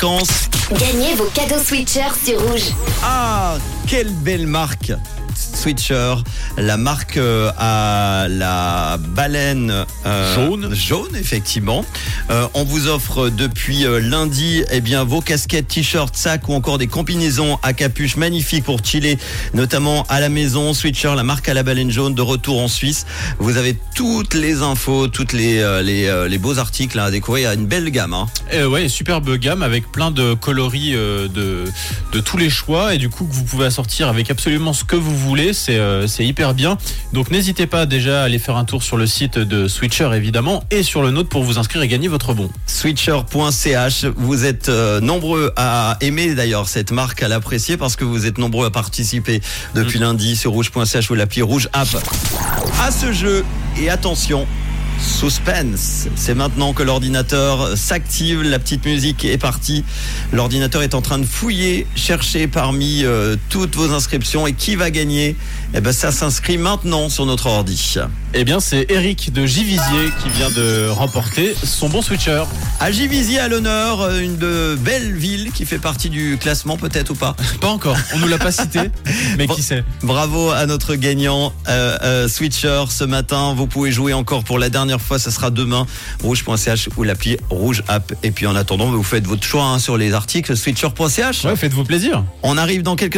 vacances. Gagnez vos cadeaux Switcher sur Rouge. Ah, quelle belle marque Switcher, la marque à la baleine jaune effectivement. On vous offre depuis lundi vos casquettes, t-shirts, sacs ou encore des combinaisons à capuche magnifiques pour chiller, notamment à la maison. Switcher, la marque à la baleine jaune, de retour en Suisse. Vous avez toutes les infos, toutes les beaux articles à découvrir. Il y a une belle gamme. Ouais, superbe gamme avec plein de coloris de tous les choix, et du coup que vous pouvez assortir avec absolument ce que vous voulez. C'est hyper bien. Donc n'hésitez pas déjà à aller faire un tour sur le site de Switcher évidemment, et sur le nôtre pour vous inscrire et gagner votre bon. Switcher.ch. Vous êtes nombreux à aimer d'ailleurs cette marque, à l'apprécier, parce que vous êtes nombreux à participer depuis lundi sur rouge.ch ou l'appli Rouge App à ce jeu. Et attention, suspense, c'est maintenant que l'ordinateur s'active, la petite musique est partie, l'ordinateur est en train de fouiller, chercher parmi toutes vos inscriptions, et qui va gagner? Ça s'inscrit maintenant sur notre ordi. C'est Eric de Givisier qui vient de remporter son bon Switcher. À Givisier à l'honneur, une belle ville qui fait partie du classement, peut-être ou pas? Pas encore, on nous l'a pas cité, mais qui sait. Bravo à notre gagnant Switcher ce matin. Vous pouvez jouer encore pour la dernière fois, ça sera demain, rouge.ch ou l'appli Rouge App. Et puis en attendant, vous faites votre choix sur les articles, switcher.ch. Ouais, faites-vous plaisir. On arrive dans quelques